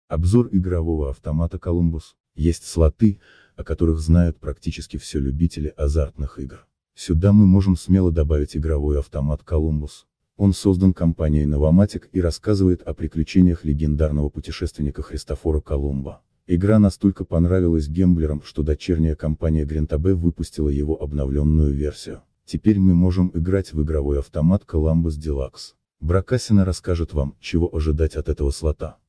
Обзор игрового автомата Колумбус. Есть слоты, о которых знают практически все любители азартных игр. Сюда мы можем смело добавить игровой автомат Колумбус. Он создан компанией Novomatic и рассказывает о приключениях легендарного путешественника Христофора Колумба. Игра настолько понравилась гемблерам, что дочерняя компания Greentabе выпустила его обновленную версию. Теперь мы можем играть в игровой автомат Columbus Deluxe. Бракасина расскажет вам, чего ожидать от этого слота.